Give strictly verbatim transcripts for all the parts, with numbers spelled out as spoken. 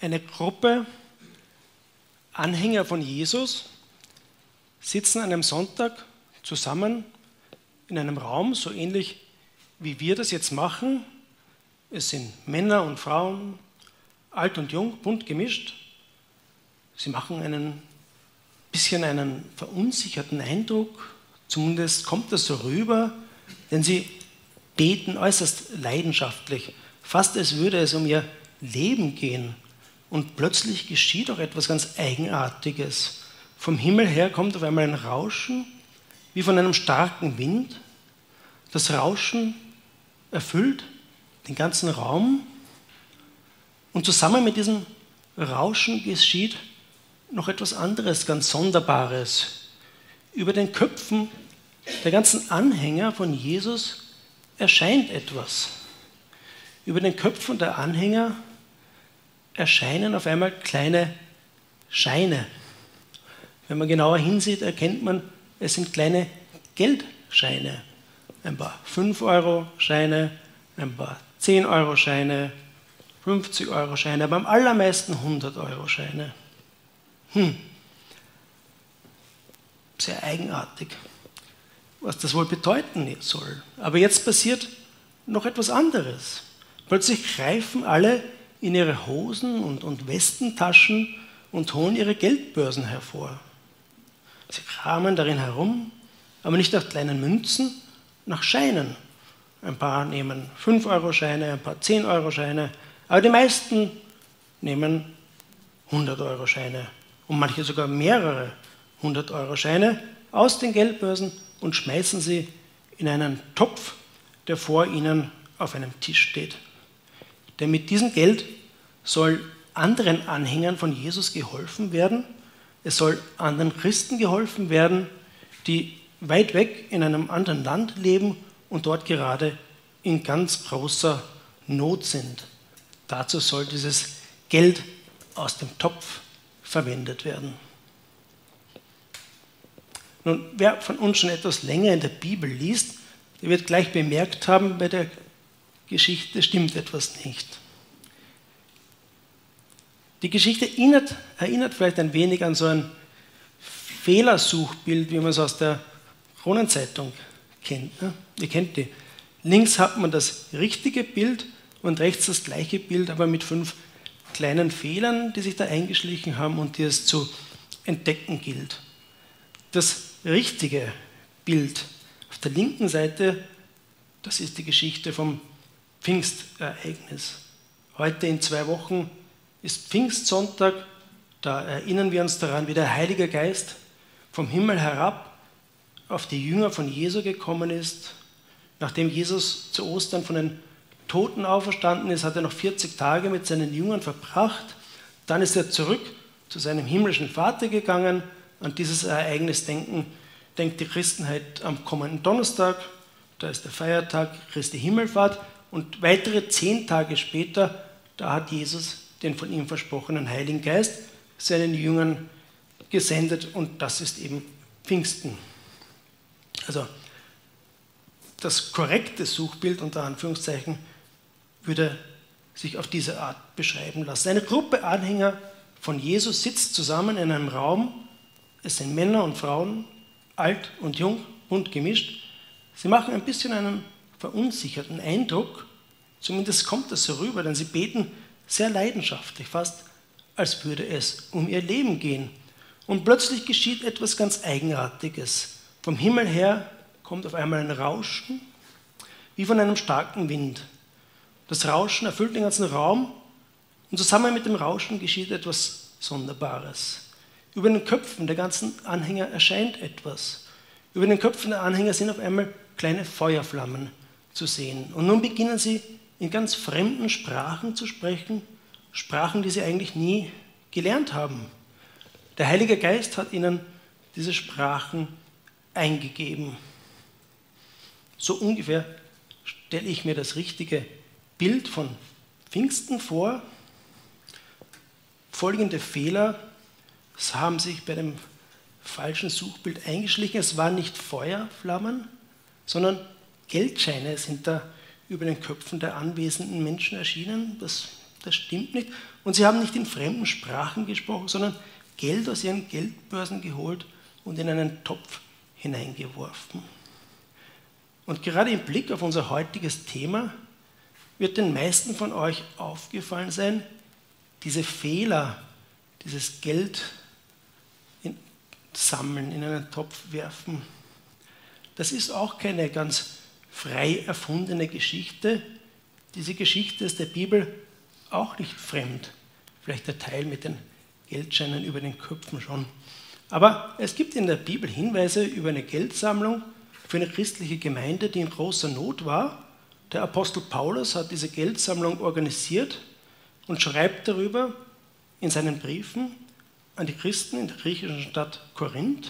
Eine Gruppe Anhänger von Jesus sitzen an einem Sonntag zusammen in einem Raum, so ähnlich wie wir das jetzt machen. Es sind Männer und Frauen, alt und jung, bunt gemischt. Sie machen einen bisschen einen verunsicherten Eindruck, zumindest kommt das so rüber, denn sie beten äußerst leidenschaftlich, fast als würde es um ihr Leben gehen. Und plötzlich geschieht auch etwas ganz Eigenartiges. Vom Himmel her kommt auf einmal ein Rauschen, wie von einem starken Wind. Das Rauschen erfüllt den ganzen Raum. Und zusammen mit diesem Rauschen geschieht noch etwas anderes, ganz Sonderbares. Über den Köpfen der ganzen Anhänger von Jesus erscheint etwas. Über den Köpfen der Anhänger erscheinen auf einmal kleine Scheine. Wenn man genauer hinsieht, erkennt man, es sind kleine Geldscheine. Ein paar fünf Euro Scheine, ein paar zehn Euro Scheine, fünfzig Euro Scheine, aber am allermeisten hundert Euro Scheine. Hm. Sehr eigenartig, was das wohl bedeuten soll. Aber jetzt passiert noch etwas anderes. Plötzlich greifen alle in ihre Hosen und, und Westentaschen und holen ihre Geldbörsen hervor. Sie kramen darin herum, aber nicht nach kleinen Münzen, nach Scheinen. Ein paar nehmen fünf Euro Scheine, ein paar zehn Euro Scheine, aber die meisten nehmen hundert Euro Scheine und manche sogar mehrere hundert Euro Scheine aus den Geldbörsen und schmeißen sie in einen Topf, der vor ihnen auf einem Tisch steht. Denn mit diesem Geld soll anderen Anhängern von Jesus geholfen werden. Es soll anderen Christen geholfen werden, die weit weg in einem anderen Land leben und dort gerade in ganz großer Not sind. Dazu soll dieses Geld aus dem Topf verwendet werden. Nun, wer von uns schon etwas länger in der Bibel liest, der wird gleich bemerkt haben, bei der Geschichte stimmt etwas nicht. Die Geschichte erinnert, erinnert vielleicht ein wenig an so ein Fehlersuchbild, wie man es aus der Kronenzeitung kennt. Ne? Ihr kennt die. Links hat man das richtige Bild und rechts das gleiche Bild, aber mit fünf kleinen Fehlern, die sich da eingeschlichen haben und die es zu entdecken gilt. Das richtige Bild auf der linken Seite, das ist die Geschichte vom Pfingstereignis. Heute in zwei Wochen ist Pfingstsonntag, da erinnern wir uns daran, wie der Heilige Geist vom Himmel herab auf die Jünger von Jesu gekommen ist. Nachdem Jesus zu Ostern von den Toten auferstanden ist, hat er noch vierzig Tage mit seinen Jüngern verbracht. Dann ist er zurück zu seinem himmlischen Vater gegangen. An dieses Ereignis denken, denkt die Christenheit am kommenden Donnerstag. Da ist der Feiertag Christi Himmelfahrt. Und weitere zehn Tage später, da hat Jesus den von ihm versprochenen Heiligen Geist seinen Jüngern gesendet und das ist eben Pfingsten. Also das korrekte Suchbild unter Anführungszeichen würde sich auf diese Art beschreiben lassen. Eine Gruppe Anhänger von Jesus sitzt zusammen in einem Raum. Es sind Männer und Frauen, alt und jung, bunt gemischt. Sie machen ein bisschen einen verunsicherten Eindruck, zumindest kommt das so rüber, denn sie beten sehr leidenschaftlich, fast als würde es um ihr Leben gehen. Und plötzlich geschieht etwas ganz Eigenartiges. Vom Himmel her kommt auf einmal ein Rauschen, wie von einem starken Wind. Das Rauschen erfüllt den ganzen Raum und zusammen mit dem Rauschen geschieht etwas Sonderbares. Über den Köpfen der ganzen Anhänger erscheint etwas. Über den Köpfen der Anhänger sind auf einmal kleine Feuerflammen zu sehen. Und nun beginnen sie in ganz fremden Sprachen zu sprechen, Sprachen, die sie eigentlich nie gelernt haben. Der Heilige Geist hat ihnen diese Sprachen eingegeben. So ungefähr stelle ich mir das richtige Bild von Pfingsten vor. Folgende Fehler haben sich bei dem falschen Suchbild eingeschlichen. Es waren nicht Feuerflammen, sondern Geldscheine sind da über den Köpfen der anwesenden Menschen erschienen. Das Das stimmt nicht. Und sie haben nicht in fremden Sprachen gesprochen, sondern Geld aus ihren Geldbörsen geholt und in einen Topf hineingeworfen. Und gerade im Blick auf unser heutiges Thema wird den meisten von euch aufgefallen sein, diese Fehler, dieses Geld in, sammeln, in einen Topf werfen, das ist auch keine ganz frei erfundene Geschichte. Diese Geschichte ist der Bibel auch nicht fremd. Vielleicht der Teil mit den Geldscheinen über den Köpfen schon. Aber es gibt in der Bibel Hinweise über eine Geldsammlung für eine christliche Gemeinde, die in großer Not war. Der Apostel Paulus hat diese Geldsammlung organisiert und schreibt darüber in seinen Briefen an die Christen in der griechischen Stadt Korinth.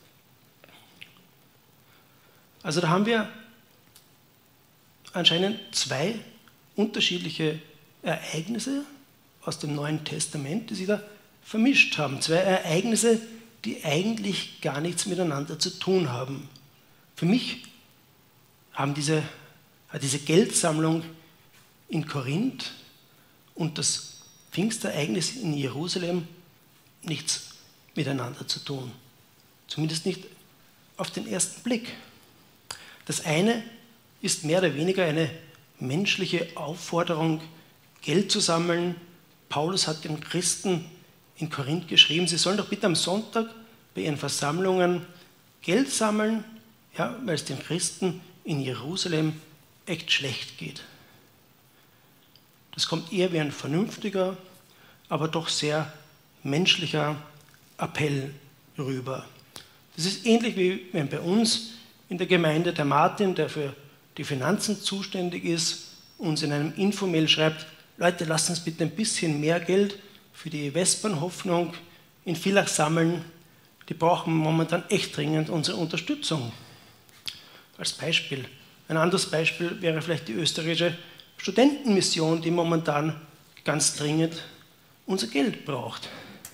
Also da haben wir anscheinend zwei unterschiedliche Ereignisse aus dem Neuen Testament, die sich da vermischt haben. Zwei Ereignisse, die eigentlich gar nichts miteinander zu tun haben. Für mich haben diese, hat diese Geldsammlung in Korinth und das Pfingstereignis in Jerusalem nichts miteinander zu tun. Zumindest nicht auf den ersten Blick. Das eine ist mehr oder weniger eine menschliche Aufforderung, Geld zu sammeln. Paulus hat den Christen in Korinth geschrieben, sie sollen doch bitte am Sonntag bei ihren Versammlungen Geld sammeln, ja, weil es den Christen in Jerusalem echt schlecht geht. Das kommt eher wie ein vernünftiger, aber doch sehr menschlicher Appell rüber. Das ist ähnlich wie wenn bei uns in der Gemeinde der Martin, der für die Finanzen zuständig ist, uns in einem Infomail schreibt, Leute, lasst uns bitte ein bisschen mehr Geld für die Westbahnhoffnung in Villach sammeln. Die brauchen momentan echt dringend unsere Unterstützung. Als Beispiel. Ein anderes Beispiel wäre vielleicht die österreichische Studentenmission, die momentan ganz dringend unser Geld braucht.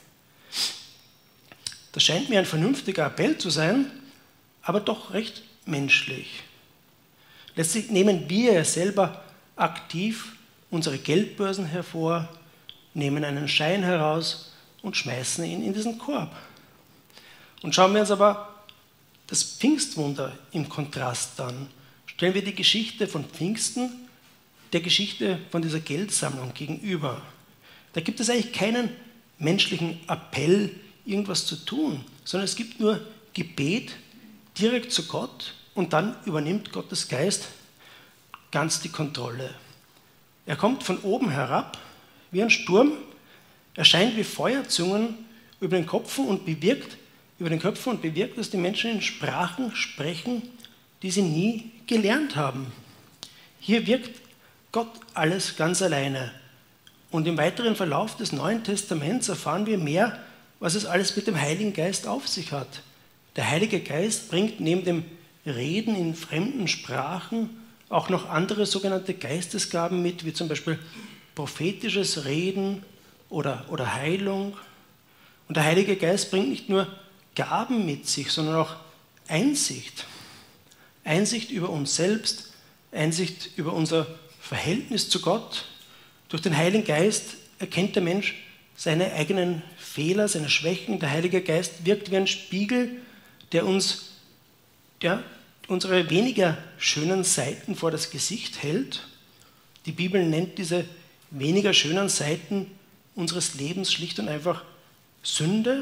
Das scheint mir ein vernünftiger Appell zu sein, aber doch recht menschlich. Letztlich nehmen wir ja selber aktiv unsere Geldbörsen hervor, nehmen einen Schein heraus und schmeißen ihn in diesen Korb. Und schauen wir uns aber das Pfingstwunder im Kontrast an. Stellen wir die Geschichte von Pfingsten der Geschichte von dieser Geldsammlung gegenüber. Da gibt es eigentlich keinen menschlichen Appell, irgendwas zu tun, sondern es gibt nur Gebet direkt zu Gott und dann übernimmt Gottes Geist ganz die Kontrolle. Er kommt von oben herab wie ein Sturm, erscheint wie Feuerzungen über den Köpfen und bewirkt, über den Köpfen und bewirkt, dass die Menschen in Sprachen sprechen, die sie nie gelernt haben. Hier wirkt Gott alles ganz alleine. Und im weiteren Verlauf des Neuen Testaments erfahren wir mehr, was es alles mit dem Heiligen Geist auf sich hat. Der Heilige Geist bringt neben dem Reden in fremden Sprachen auch noch andere sogenannte Geistesgaben mit, wie zum Beispiel prophetisches Reden oder, oder Heilung. Und der Heilige Geist bringt nicht nur Gaben mit sich, sondern auch Einsicht. Einsicht über uns selbst, Einsicht über unser Verhältnis zu Gott. Durch den Heiligen Geist erkennt der Mensch seine eigenen Fehler, seine Schwächen. Der Heilige Geist wirkt wie ein Spiegel, der uns ja, unsere weniger schönen Seiten vor das Gesicht hält. Die Bibel nennt diese weniger schönen Seiten unseres Lebens schlicht und einfach Sünde.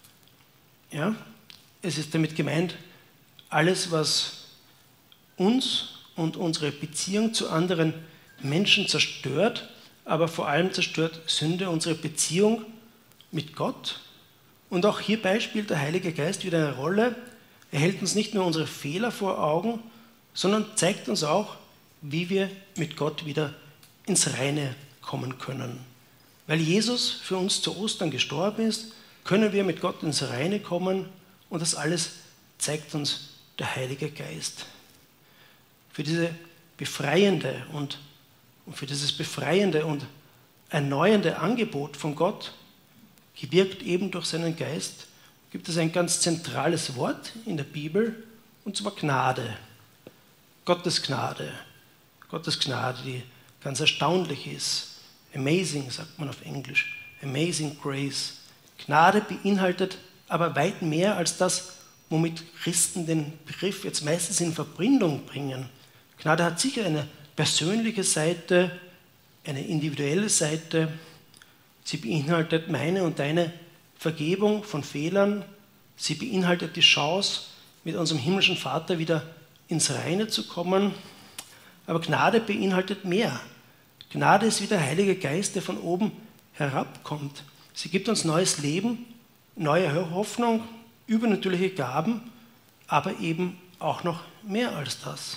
Ja, es ist damit gemeint, alles, was uns und unsere Beziehung zu anderen Menschen zerstört, aber vor allem zerstört Sünde unsere Beziehung mit Gott. Und auch hierbei spielt der Heilige Geist wieder eine Rolle. Er hält uns nicht nur unsere Fehler vor Augen, sondern zeigt uns auch, wie wir mit Gott wieder ins Reine kommen können. Weil Jesus für uns zu Ostern gestorben ist, können wir mit Gott ins Reine kommen und das alles zeigt uns der Heilige Geist. Für diese befreiende und, und für dieses befreiende und erneuernde Angebot von Gott, gewirkt eben durch seinen Geist, gibt es ein ganz zentrales Wort in der Bibel, und zwar Gnade. Gottes Gnade. Gottes Gnade, die ganz erstaunlich ist. Amazing sagt man auf Englisch. Amazing Grace. Gnade beinhaltet aber weit mehr als das, womit Christen den Begriff jetzt meistens in Verbindung bringen. Gnade hat sicher eine persönliche Seite, eine individuelle Seite. Sie beinhaltet meine und deine Vergebung von Fehlern. Sie beinhaltet die Chance, mit unserem himmlischen Vater wieder ins Reine zu kommen. Aber Gnade beinhaltet mehr. Gnade ist wie der Heilige Geist, der von oben herabkommt. Sie gibt uns neues Leben, neue Hoffnung, übernatürliche Gaben, aber eben auch noch mehr als das.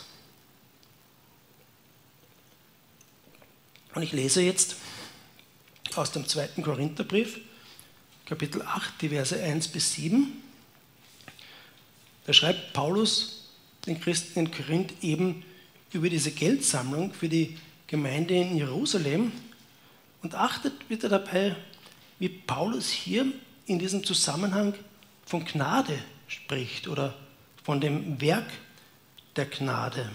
Und ich lese jetzt aus dem zweiten Korintherbrief, Kapitel acht, die Verse eins bis sieben. Da schreibt Paulus den Christen in Korinth eben über diese Geldsammlung für die Gemeinde in Jerusalem und achtet bitte dabei, wie Paulus hier in diesem Zusammenhang von Gnade spricht oder von dem Werk der Gnade.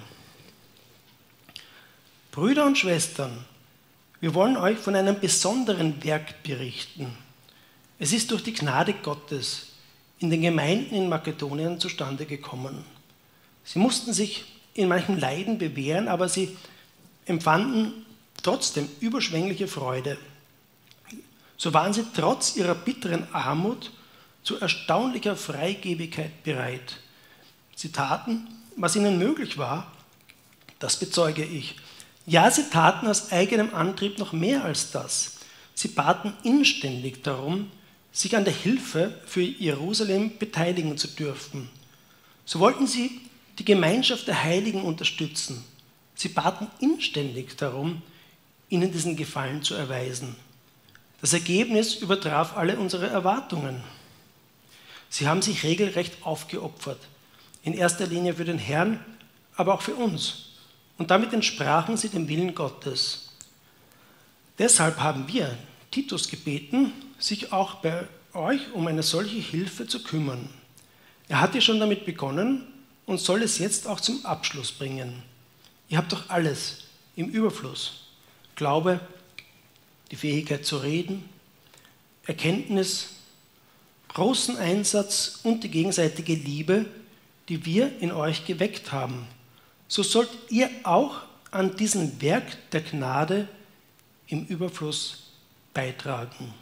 Brüder und Schwestern, wir wollen euch von einem besonderen Werk berichten. Es ist durch die Gnade Gottes in den Gemeinden in Makedonien zustande gekommen. Sie mussten sich in manchem Leiden bewähren, aber sie empfanden trotzdem überschwängliche Freude. So waren sie trotz ihrer bitteren Armut zu erstaunlicher Freigebigkeit bereit. Sie taten, was ihnen möglich war, das bezeuge ich. Ja, sie taten aus eigenem Antrieb noch mehr als das. Sie baten inständig darum, sich an der Hilfe für Jerusalem beteiligen zu dürfen. So wollten sie die Gemeinschaft der Heiligen unterstützen. Sie baten inständig darum, ihnen diesen Gefallen zu erweisen. Das Ergebnis übertraf alle unsere Erwartungen. Sie haben sich regelrecht aufgeopfert, in erster Linie für den Herrn, aber auch für uns. Und damit entsprachen sie dem Willen Gottes. Deshalb haben wir Titus gebeten, sich auch bei euch um eine solche Hilfe zu kümmern. Er hat ja schon damit begonnen und soll es jetzt auch zum Abschluss bringen. Ihr habt doch alles im Überfluss. Glaube, die Fähigkeit zu reden, Erkenntnis, großen Einsatz und die gegenseitige Liebe, die wir in euch geweckt haben. So sollt ihr auch an diesem Werk der Gnade im Überfluss beitragen.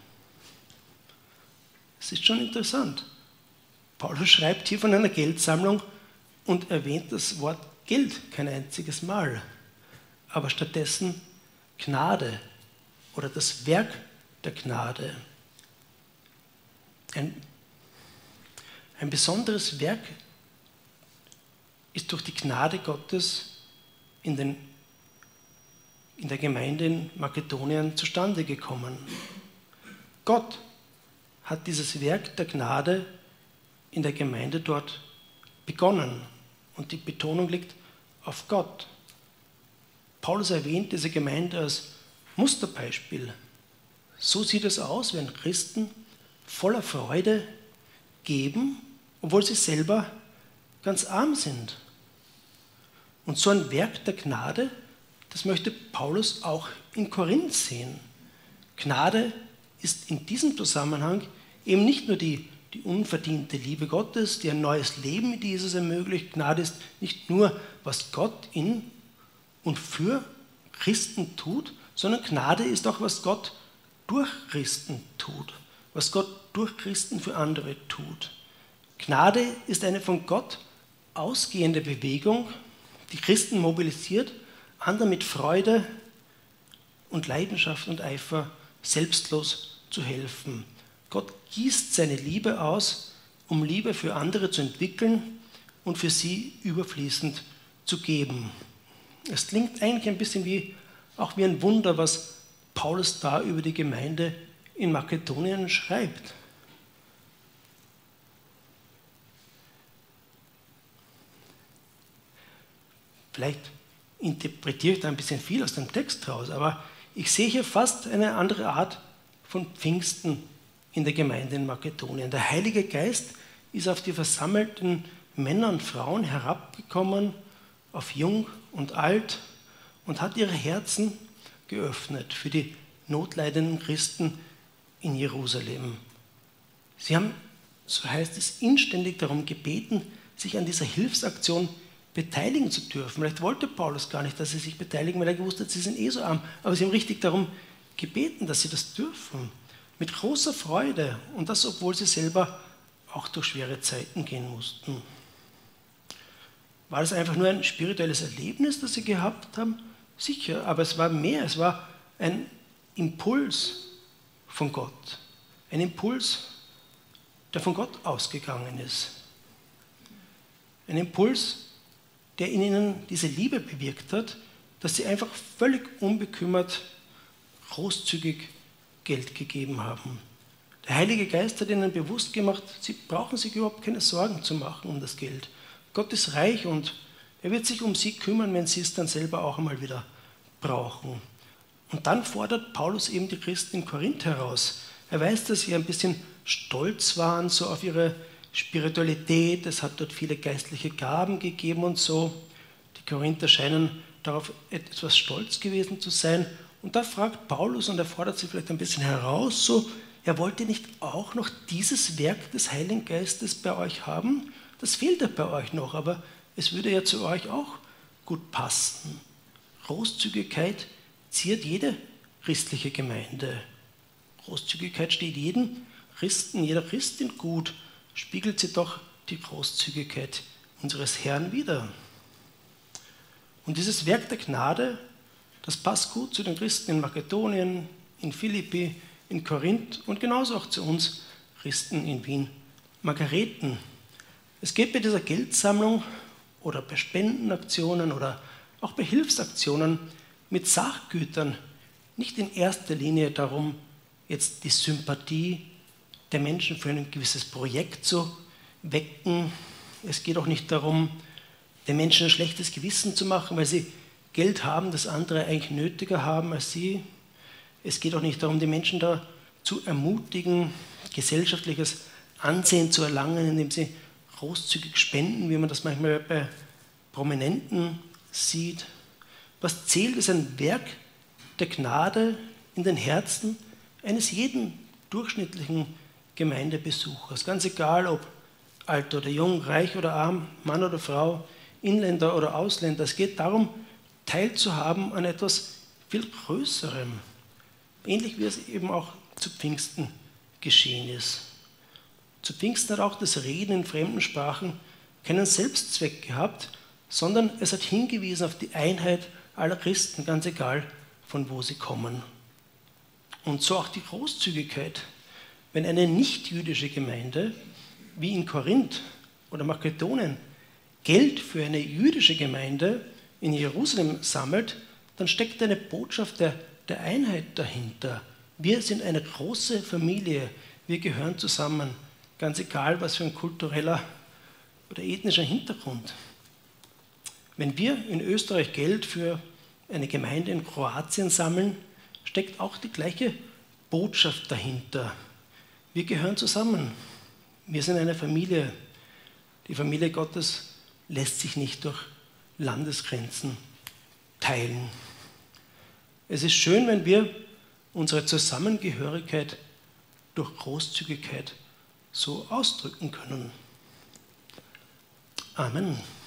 Es ist schon interessant. Paulus schreibt hier von einer Geldsammlung und erwähnt das Wort Geld kein einziges Mal, aber stattdessen Gnade oder das Werk der Gnade. Ein, ein besonderes Werk ist durch die Gnade Gottes in, den, in der Gemeinde in Makedonien zustande gekommen. Gott hat dieses Werk der Gnade in der Gemeinde dort begonnen und die Betonung liegt auf Gott. Paulus erwähnt diese Gemeinde als Musterbeispiel. So sieht es aus, wenn Christen voller Freude geben, obwohl sie selber ganz arm sind. Und so ein Werk der Gnade, das möchte Paulus auch in Korinth sehen. Gnade ist in diesem Zusammenhang eben nicht nur die, die unverdiente Liebe Gottes, die ein neues Leben mit Jesus ermöglicht. Gnade ist nicht nur, was Gott in und für Christen tut, sondern Gnade ist auch, was Gott durch Christen tut, was Gott durch Christen für andere tut. Gnade ist eine von Gott ausgehende Bewegung, die Christen mobilisiert, anderen mit Freude und Leidenschaft und Eifer selbstlos zu helfen. Gott gießt seine Liebe aus, um Liebe für andere zu entwickeln und für sie überfließend zu geben. Es klingt eigentlich ein bisschen wie, auch wie ein Wunder, was Paulus da über die Gemeinde in Makedonien schreibt. Vielleicht interpretiere ich da ein bisschen viel aus dem Text raus, aber ich sehe hier fast eine andere Art von Pfingsten in der Gemeinde in Makedonien. Der Heilige Geist ist auf die versammelten Männer und Frauen herabgekommen, auf Jung und Alt, und hat ihre Herzen geöffnet für die notleidenden Christen in Jerusalem. Sie haben, so heißt es, inständig darum gebeten, sich an dieser Hilfsaktion beteiligen zu dürfen. Vielleicht wollte Paulus gar nicht, dass sie sich beteiligen, weil er gewusst hat, sie sind eh so arm. Aber sie haben richtig darum gebeten, dass sie das dürfen. Mit großer Freude. Und das, obwohl sie selber auch durch schwere Zeiten gehen mussten. War das einfach nur ein spirituelles Erlebnis, das sie gehabt haben? Sicher, aber es war mehr. Es war ein Impuls von Gott. Ein Impuls, der von Gott ausgegangen ist. Ein Impuls, der in ihnen diese Liebe bewirkt hat, dass sie einfach völlig unbekümmert, großzügig Geld gegeben haben. Der Heilige Geist hat ihnen bewusst gemacht, sie brauchen sich überhaupt keine Sorgen zu machen um das Geld. Gott ist reich und er wird sich um sie kümmern, wenn sie es dann selber auch einmal wieder brauchen. Und dann fordert Paulus eben die Christen in Korinth heraus. Er weiß, dass sie ein bisschen stolz waren so auf ihre Spiritualität, es hat dort viele geistliche Gaben gegeben und so. Die Korinther scheinen darauf etwas stolz gewesen zu sein. Und da fragt Paulus, und er fordert sie vielleicht ein bisschen heraus, so, er wollte nicht auch noch dieses Werk des Heiligen Geistes bei euch haben? Das fehlt ja bei euch noch, aber es würde ja zu euch auch gut passen. Großzügigkeit ziert jede christliche Gemeinde. Großzügigkeit steht jedem Christen, jeder Christin gut, spiegelt sie doch die Großzügigkeit unseres Herrn wider. Und dieses Werk der Gnade, das passt gut zu den Christen in Makedonien, in Philippi, in Korinth und genauso auch zu uns Christen in Wien, Margareten. Es geht bei dieser Geldsammlung oder bei Spendenaktionen oder auch bei Hilfsaktionen mit Sachgütern nicht in erster Linie darum, jetzt die Sympathie der Menschen für ein gewisses Projekt zu wecken. Es geht auch nicht darum, den Menschen ein schlechtes Gewissen zu machen, weil sie Geld haben, das andere eigentlich nötiger haben als sie. Es geht auch nicht darum, die Menschen da zu ermutigen, gesellschaftliches Ansehen zu erlangen, indem sie großzügig spenden, wie man das manchmal bei Prominenten sieht. Was zählt, ist ein Werk der Gnade in den Herzen eines jeden durchschnittlichen Gemeindebesuchers. Ganz egal, ob alt oder jung, reich oder arm, Mann oder Frau, Inländer oder Ausländer. Es geht darum, teilzuhaben an etwas viel Größerem. Ähnlich wie es eben auch zu Pfingsten geschehen ist. Zu Pfingsten hat auch das Reden in fremden Sprachen keinen Selbstzweck gehabt, sondern es hat hingewiesen auf die Einheit aller Christen, ganz egal, von wo sie kommen. Und so auch die Großzügigkeit. Wenn eine nicht-jüdische Gemeinde, wie in Korinth oder Makedonien, Geld für eine jüdische Gemeinde in Jerusalem sammelt, dann steckt eine Botschaft der, der Einheit dahinter. Wir sind eine große Familie, wir gehören zusammen, ganz egal, was für ein kultureller oder ethnischer Hintergrund. Wenn wir in Österreich Geld für eine Gemeinde in Kroatien sammeln, steckt auch die gleiche Botschaft dahinter. Wir gehören zusammen. Wir sind eine Familie. Die Familie Gottes lässt sich nicht durch Landesgrenzen teilen. Es ist schön, wenn wir unsere Zusammengehörigkeit durch Großzügigkeit so ausdrücken können. Amen.